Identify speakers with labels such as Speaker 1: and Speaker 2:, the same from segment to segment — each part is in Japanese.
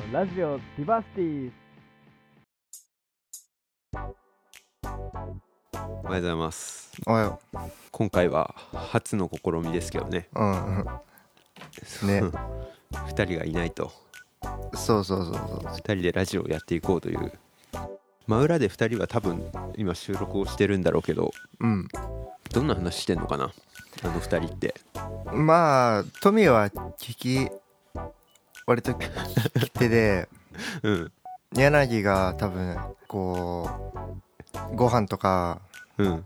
Speaker 1: ラジオディバーシティ。
Speaker 2: おはようございます。
Speaker 3: おはよ
Speaker 2: 今回は初の試みですけどね。
Speaker 3: う。うんね
Speaker 2: 2人がいないと。
Speaker 3: そう
Speaker 2: 2人でラジオをやっていこうという。真裏で2人は多分今収録をしてるんだろうけど、
Speaker 3: うん
Speaker 2: どんな話してんのかな、あの2人って。
Speaker 3: まあトミーは割と聞き手で
Speaker 2: うん
Speaker 3: 柳が多分こうご飯とか
Speaker 2: うん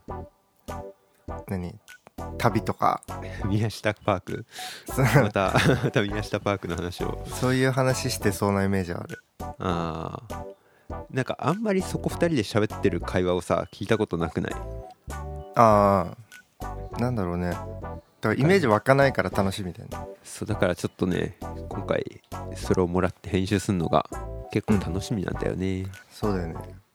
Speaker 3: 旅とか
Speaker 2: 宮下パークまた宮下パークの話を。
Speaker 3: そういう話してそうなイメージある。
Speaker 2: あー、なんかあんまりそこ2人で喋ってる会話をさ聞いたことなくない？
Speaker 3: ああなんだろうね。だからイメージ湧かないから楽しみだよね。
Speaker 2: そうだからちょっとね、今回それをもらって編集するのが結構楽しみなんだよね。
Speaker 3: そうだよね。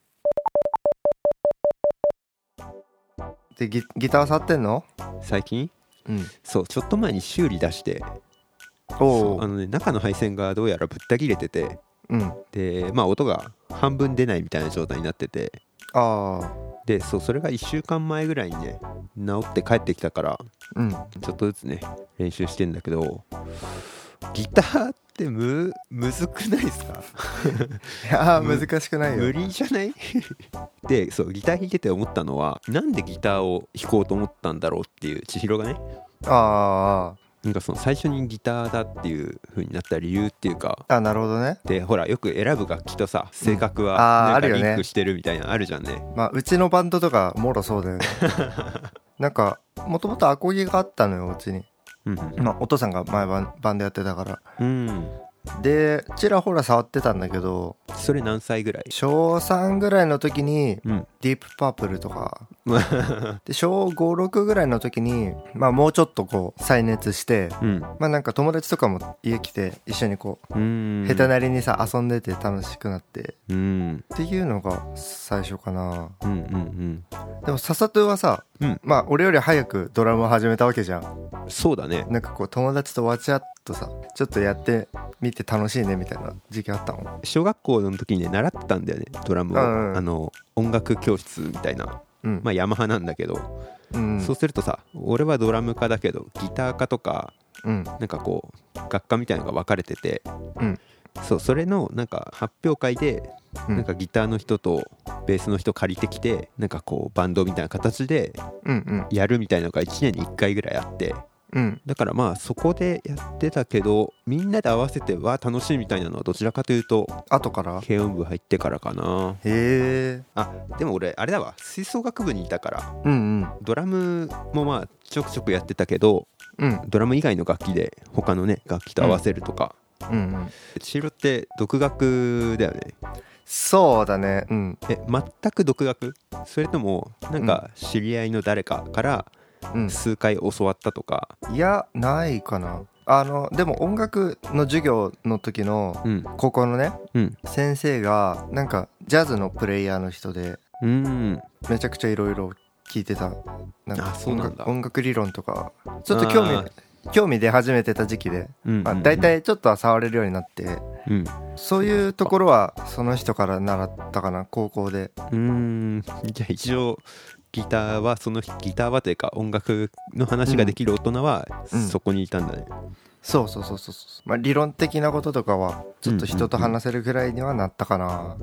Speaker 3: でギター触ってんの？
Speaker 2: 最近
Speaker 3: うん
Speaker 2: そうちょっと前に修理出して、
Speaker 3: お
Speaker 2: そう
Speaker 3: お
Speaker 2: 中の配線がどうやらぶった切れてて、
Speaker 3: うん
Speaker 2: でまあ音が半分出ないみたいな状態になってて、
Speaker 3: あ
Speaker 2: でそうそれが1週間前ぐらいにね治って帰ってきたから、
Speaker 3: うん
Speaker 2: ちょっとずつね練習してんだけど、ギターってむずくないですか？
Speaker 3: いやー難しくないよ。
Speaker 2: 無理じゃない？でそうギター弾いてて思ったのは、なんでギターを弾こうと思ったんだろうっていう、千尋がね、
Speaker 3: あ
Speaker 2: なんかその最初にギターだっていう風になった理由っていうか、
Speaker 3: あなるほどね。
Speaker 2: でほらよく選ぶ楽器とさ性格はなんか
Speaker 3: あーあるよね
Speaker 2: リンクしてるみたいなのあるじゃんね。
Speaker 3: まあうちのバンドとかもろそうだよね。なんかもともとアコギがあったのようちに。
Speaker 2: うん
Speaker 3: まあお父さんが前バンドやってたから
Speaker 2: うん
Speaker 3: でちらほら触ってたんだけど、
Speaker 2: それ何歳ぐらい？
Speaker 3: 小3ぐらいの時に
Speaker 2: うん
Speaker 3: ディープパープルとかで小56ぐらいの時にまあもうちょっとこう再熱して
Speaker 2: うん
Speaker 3: まあなんか友達とかも家来て一緒にこう
Speaker 2: うん
Speaker 3: 下手なりにさ遊んでて楽しくなって
Speaker 2: うん
Speaker 3: っていうのが最初かな。
Speaker 2: うんうん
Speaker 3: でも笹トゥはさ、
Speaker 2: うん
Speaker 3: まあ俺より早くドラムを始めたわけじゃん。
Speaker 2: そうだね。
Speaker 3: なんかこう友達とわちゃっとさちょっとやってみて楽しいねみたいな時期あったの。
Speaker 2: 小学校の時にね習ってたんだよねドラムを、
Speaker 3: うんうん
Speaker 2: 音楽教室みたいな、
Speaker 3: うん
Speaker 2: まあヤマハなんだけど、
Speaker 3: うん
Speaker 2: そうするとさ、俺はドラム科だけどギター科とか
Speaker 3: うん
Speaker 2: なんかこう学科みたいなのが分かれてて、
Speaker 3: うん
Speaker 2: そうそれのなんか発表会で
Speaker 3: うん
Speaker 2: なんかギターの人とベースの人借りてきて、なんかこうバンドみたいな形で
Speaker 3: うん
Speaker 2: やるみたいなのが1年に1回ぐらいあって、
Speaker 3: うん
Speaker 2: だからまあそこでやってたけど、みんなで合わせては楽しいみたいなのはどちらかというと
Speaker 3: 後から
Speaker 2: 軽音部入ってからかな。
Speaker 3: へえ
Speaker 2: あでも俺あれだわ、吹奏楽部にいたから
Speaker 3: うんうん
Speaker 2: ドラムもまあちょくちょくやってたけど、
Speaker 3: うん
Speaker 2: ドラム以外の楽器で他のね楽器と合わせるとか。
Speaker 3: うんうん
Speaker 2: 千尋って独学だよね。
Speaker 3: そうだねうん
Speaker 2: 全く独学？それともなんか知り合いの誰かから
Speaker 3: うん
Speaker 2: 数回教わったとか？
Speaker 3: いやないかな。でも音楽の授業の時の
Speaker 2: うん
Speaker 3: 高校のね
Speaker 2: うん
Speaker 3: 先生がなんかジャズのプレイヤーの人で
Speaker 2: うん
Speaker 3: めちゃくちゃいろいろ聞いてた。なんか
Speaker 2: あそうなんだ
Speaker 3: 音楽理論とかちょっと興味出始めてた時期で、
Speaker 2: うん
Speaker 3: まあ、大体ちょっとは触れるようになって
Speaker 2: うん
Speaker 3: そういうところはその人から習ったかな高校で。
Speaker 2: じゃあ一応ギターはギターはというか音楽の話ができる大人は
Speaker 3: うん
Speaker 2: そこにいたんだね。
Speaker 3: そう、まあ、理論的なこととかはちょっと人と話せるぐらいにはなったかな。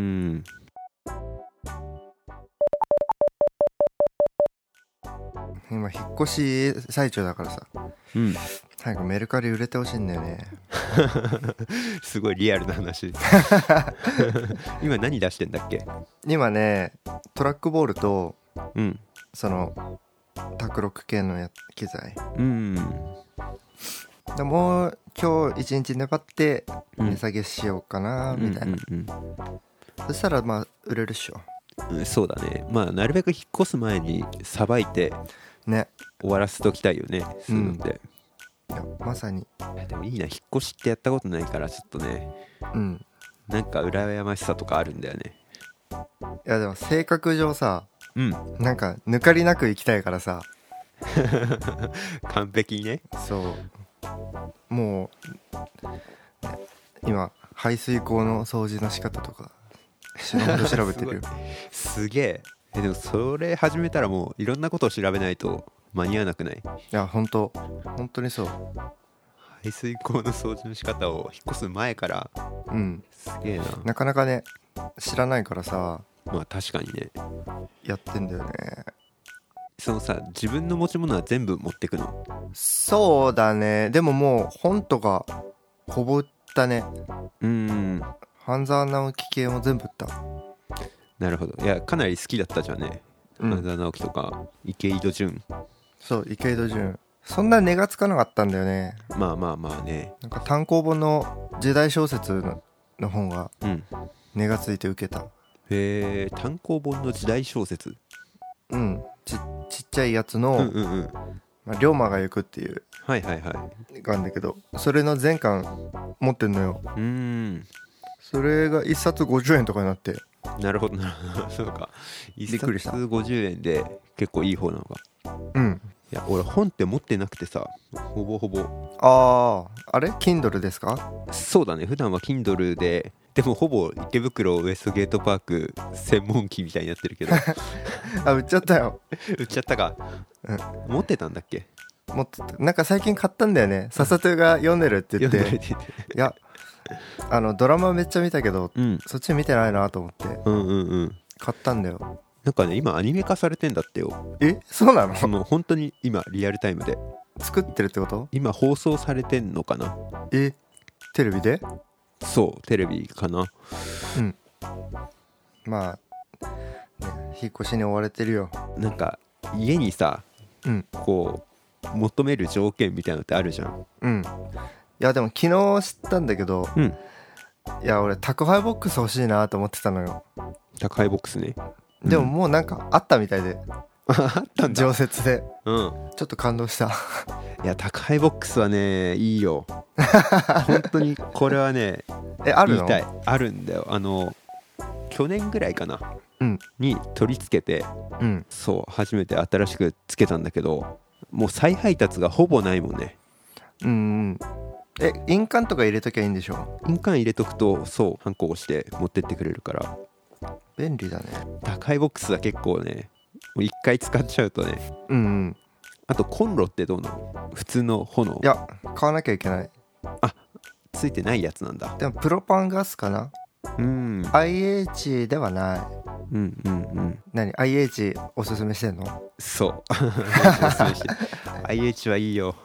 Speaker 3: 今引っ越し最中だからさ
Speaker 2: うん
Speaker 3: 早くメルカリ売れてほしいんだよね。
Speaker 2: すごいリアルな話。今何出してんだっけ？
Speaker 3: 今ねトラックボールと
Speaker 2: うん
Speaker 3: その卓録系の機材
Speaker 2: うん
Speaker 3: でもう今日一日粘って
Speaker 2: うん
Speaker 3: 値下げしようかなみたいな、
Speaker 2: うん
Speaker 3: そしたらまあ売れるっしょ
Speaker 2: そうだね。まあなるべく引っ越す前にさばいて
Speaker 3: ね。
Speaker 2: 終わらせておきたいよね、そういうのって。
Speaker 3: いやまさに
Speaker 2: いやでもいいな、引っ越しってやったことないからちょっとね、
Speaker 3: うん
Speaker 2: なんか羨ましさとかあるんだよね。
Speaker 3: いやでも性格上さ
Speaker 2: うん
Speaker 3: なんか抜かりなく行きたいからさ
Speaker 2: 完璧にね。
Speaker 3: そうもう、ね今排水口の掃除の仕方とか死ぬほど調べてるよ
Speaker 2: すげえ。でもそれ始めたらもういろんなことを調べないと間に合わなくない？
Speaker 3: いや本当にそう。
Speaker 2: 排水口の掃除の仕方を引っ越す前から。すげえな。
Speaker 3: なかなかね知らないからさ。
Speaker 2: まあ確かにね。
Speaker 3: やってんだよね。
Speaker 2: そのさ、自分の持ち物は全部持ってくの？
Speaker 3: そうだね。でももう本とかほぼ売ったね。半沢直樹系も全部売った。
Speaker 2: なるほど。いやかなり好きだったじゃんね、半沢直樹とか池井戸潤。
Speaker 3: そう池井戸潤。そんな値がつかなかったんだよね。
Speaker 2: まあまあまあね。
Speaker 3: なんか単行本の時代小説の本が値がついて受けた。
Speaker 2: へえ、単行本の時代小説。
Speaker 3: ちっちゃいやつの、龍馬が行くっていうがあるんだけど、それの全巻持ってんのよ。それが1冊50円とかになって。
Speaker 2: なるほどなるほど。そうか、1冊50円で結構いい方なのか。いや俺本って持ってなくてさ、ほぼほぼ。
Speaker 3: あれ Kindle ですか？
Speaker 2: そうだね、普段は Kindle で。でもほぼ池袋ウエストゲートパーク専門機みたいになってるけど
Speaker 3: 売っちゃったよ。
Speaker 2: 売っちゃったか。持ってたんだっけ？
Speaker 3: 持ってた。なんか最近買ったんだよね。笹戸が読んでるって言って。いやドラマめっちゃ見たけど、そっち見てないなと思って買ったんだよ。
Speaker 2: なんかね今アニメ化されてんだってよ。
Speaker 3: そうなの？
Speaker 2: 本当に今リアルタイムで
Speaker 3: 作ってるってこと？
Speaker 2: 今放送されてんのかな。
Speaker 3: テレビで？
Speaker 2: そうテレビかな。ま
Speaker 3: あ、ね、引っ越しに追われてるよ。
Speaker 2: なんか家にさ、こう求める条件みたいなのってあるじゃん。
Speaker 3: いやでも昨日知ったんだけど、いや俺宅配ボックス欲しいなと思ってたのよ。
Speaker 2: 宅配ボックスね。
Speaker 3: でももうなんかあったみたいで
Speaker 2: あったんだ。
Speaker 3: 常設で、ちょっと感動した
Speaker 2: いや宅配ボックスはねいいよ本当にこれはね
Speaker 3: あるの？
Speaker 2: 言いたい。あるんだよ。去年ぐらいかな、に取り付けて、そう初めて新しくつけたんだけど、もう再配達がほぼないもんね。
Speaker 3: 印鑑とか入れときゃいいんでしょ？
Speaker 2: 印鑑入れとくとそうハンコをして持ってってくれるから
Speaker 3: 便利だね。
Speaker 2: 宅配ボックスは結構ねもう一回使っちゃうとね。あとコンロってどうなの？普通の炎。
Speaker 3: いや買わなきゃいけない。
Speaker 2: ついてないやつなんだ。
Speaker 3: でもプロパンガスかな。IH ではない。何 IH おすすめしてんの？
Speaker 2: そうおすすめしてIH はいいよ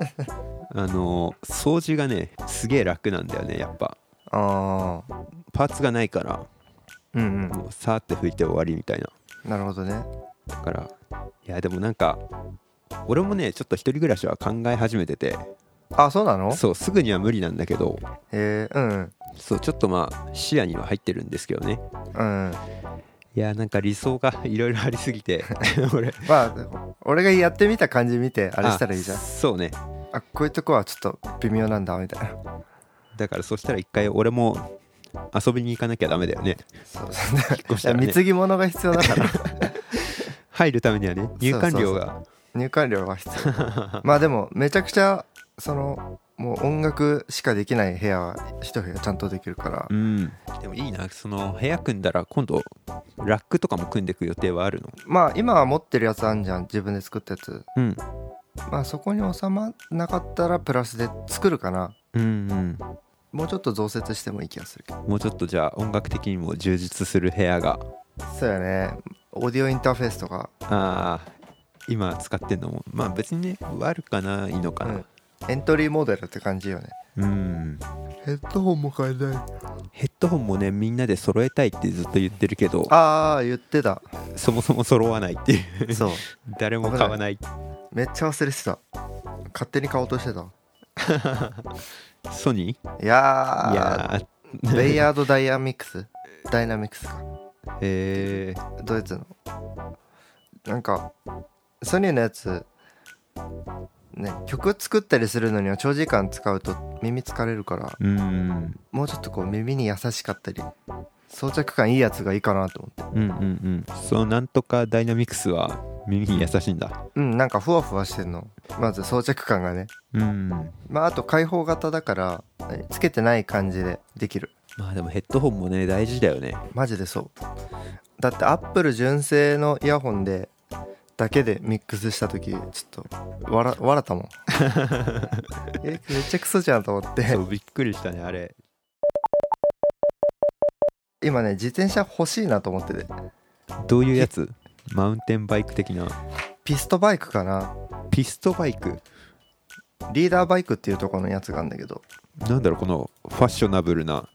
Speaker 2: 掃除がねすげえ楽なんだよねやっぱ。パーツがないからもうさーって拭いて終わりみたいな。
Speaker 3: なるほどね。
Speaker 2: だからいやでもなんか俺もねちょっと一人暮らしは考え始めてて。
Speaker 3: そうなの？
Speaker 2: そうすぐには無理なんだけど、そうちょっとまあ視野には入ってるんですけどね。いやなんか理想がいろいろありすぎて
Speaker 3: 俺がやってみた感じ見てあれしたらいいじゃん。
Speaker 2: そうね。
Speaker 3: こういうとこはちょっと微妙なんだみたいな。
Speaker 2: だからそしたら一回俺も遊びに行かなきゃダメだよね。
Speaker 3: そうですね。貢ぎ物が必要だから
Speaker 2: 入るためにはね入館料が
Speaker 3: 必要まあでもめちゃくちゃもう音楽しかできない部屋は一部屋ちゃんとできるから。
Speaker 2: でもいいな。その部屋組んだら今度ラックとかも組んでいく予定はあるの？
Speaker 3: まあ今は持ってるやつあんじゃん、自分で作ったやつ。まあそこに収まんなかったらプラスで作るかな。もうちょっと増設してもいい気がするけど。
Speaker 2: もうちょっとじゃあ音楽的にも充実する部屋が。
Speaker 3: そうやね。オーディオインターフェースとか
Speaker 2: 今使ってんのもまあ別にね悪かないのかな。
Speaker 3: エントリーモデルって感じよね。ヘッドホンも買えない。
Speaker 2: ヘッドホンもねみんなで揃えたいってずっと言ってるけど
Speaker 3: 言ってた。
Speaker 2: そもそも揃わないっていう
Speaker 3: そう
Speaker 2: 誰も買わない。
Speaker 3: めっちゃ忘れてた。勝手に買おうとしてた
Speaker 2: ソニー？
Speaker 3: いやベイヤードダイナミクスか。ドイツのなんかソニーのやつね、曲作ったりするのには長時間使うと耳疲れるから、もうちょっとこう耳に優しかったり装着感いいやつがいいかなと思って。
Speaker 2: そのなんとかダイナミクスは耳に優しいんだ。
Speaker 3: なんかふわふわしてんの。まず装着感がね。まああと開放型だからつけてない感じでできる。
Speaker 2: まあでもヘッドホンもね大事だよね。
Speaker 3: マジでそう。だってアップル純正のイヤホンでだけでミックスした時ちょっと笑ったもんめっちゃクソじゃんと思って。
Speaker 2: そうびっくりしたねあれ。
Speaker 3: 今ね自転車欲しいなと思ってて。
Speaker 2: どういうやつ？マウンテンバイク的な？
Speaker 3: ピストバイクかな。
Speaker 2: ピストバイク？
Speaker 3: リーダーバイクっていうところのやつがあるんだけど、
Speaker 2: なんだろうこのファッショナブルな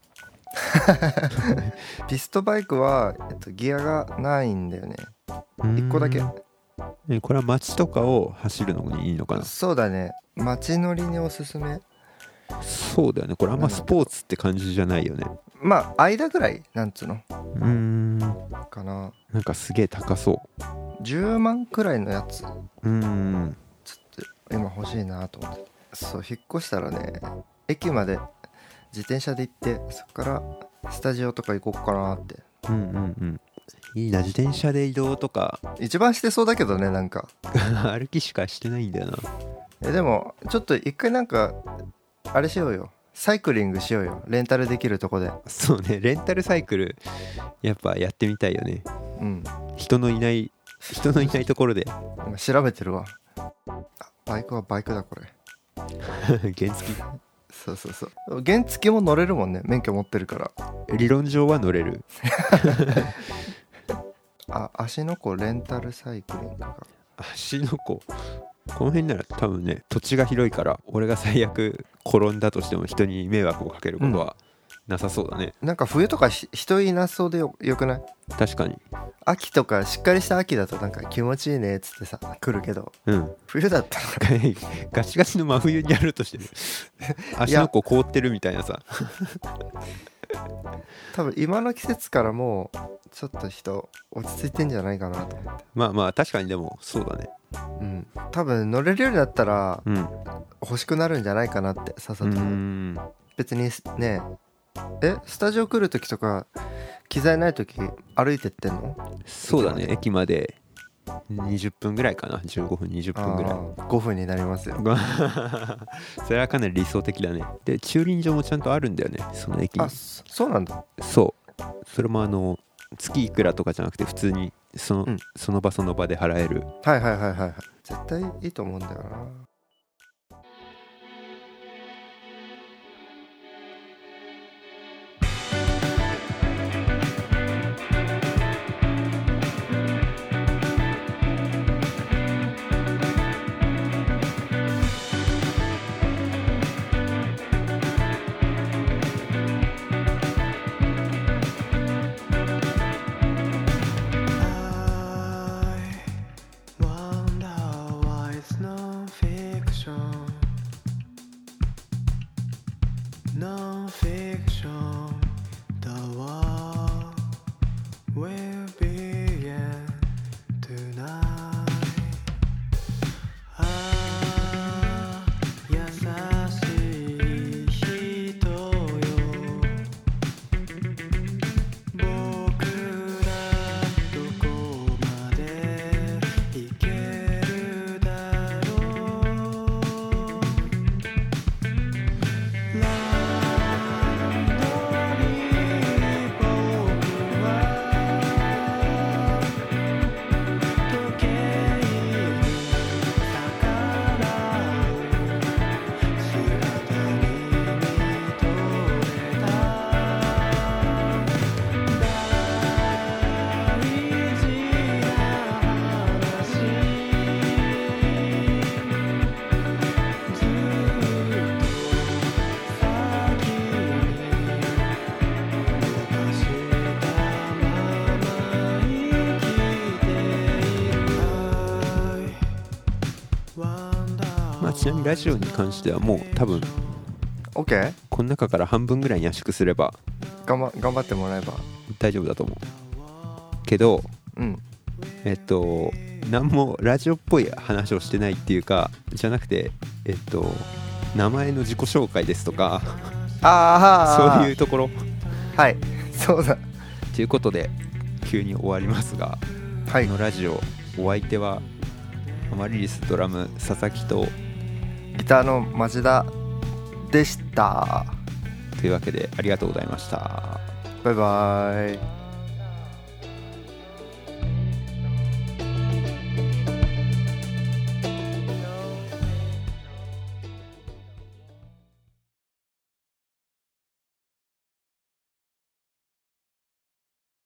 Speaker 3: ピストバイクは、ギアがないんだよね。1個だけ。
Speaker 2: これは街とかを走るのにいいのかな？
Speaker 3: そうだね、街乗りにおすすめ。
Speaker 2: そうだよね。これあんまスポーツって感じじゃないよね。
Speaker 3: まあ間ぐらいなんつうのかな。
Speaker 2: なんかすげえ高そう。
Speaker 3: 10万くらいのやつ。ちょっと今欲しいなと思って。そう引っ越したらね、駅まで自転車で行ってそこからスタジオとか行こうかなって。
Speaker 2: いいな、自転車で移動とか
Speaker 3: 一番してそうだけどね、なんか
Speaker 2: 歩きしかしてないんだよな。
Speaker 3: でもちょっと一回なんかあれしようよ、サイクリングしようよ、レンタルできるとこで。
Speaker 2: そうね、レンタルサイクルやっぱやってみたいよね。人のいないところで。
Speaker 3: 今調べてるわ。バイクはバイクだこれ
Speaker 2: 原付。
Speaker 3: そう原付も乗れるもんね、免許持ってるから。
Speaker 2: 理論上は乗れる
Speaker 3: 芦ノ湖レンタルサイクリングか。
Speaker 2: 芦ノ湖この辺なら多分ね、土地が広いから俺が最悪転んだとしても人に迷惑をかけることはなさそうだね。
Speaker 3: なんか冬とか人いなそうで よくない？
Speaker 2: 確かに。
Speaker 3: 秋とかしっかりした秋だとなんか気持ちいいねっつってさ来るけど、冬だったら
Speaker 2: ガチガチの真冬にやるとしてる芦ノ湖凍ってるみたいなさ
Speaker 3: 多分今の季節からもうちょっと人落ち着いてんじゃないかなと思って。
Speaker 2: まあ確かに。でもそうだね。
Speaker 3: 多分乗れるようになったら欲しくなるんじゃないかなって。さっさと別にね。スタジオ来る時とか機材ない時歩いてってんの？
Speaker 2: そうだね、駅まで20分ぐらいかな。15分20分ぐらい。
Speaker 3: 5分になりますよ
Speaker 2: それはかなり理想的だね。で駐輪場もちゃんとあるんだよね、その駅に。
Speaker 3: そうなんだ。
Speaker 2: それも月いくらとかじゃなくて普通にその場その場で払える。
Speaker 3: はい絶対いいと思うんだよな。
Speaker 2: ちなみにラジオに関してはもう多分
Speaker 3: OK？ こ
Speaker 2: の中から半分ぐらいに圧縮すれば
Speaker 3: 頑張ってもらえば
Speaker 2: 大丈夫だと思うけど、何もラジオっぽい話をしてないっていうか、じゃなくて名前の自己紹介ですとかそういうところ。
Speaker 3: はいそうだ。
Speaker 2: ということで急に終わりますが、このラジオお相手はアマリリスドラム佐々木と
Speaker 3: ギターの町田でした。
Speaker 2: というわけでありがとうございました。
Speaker 3: バイバイ。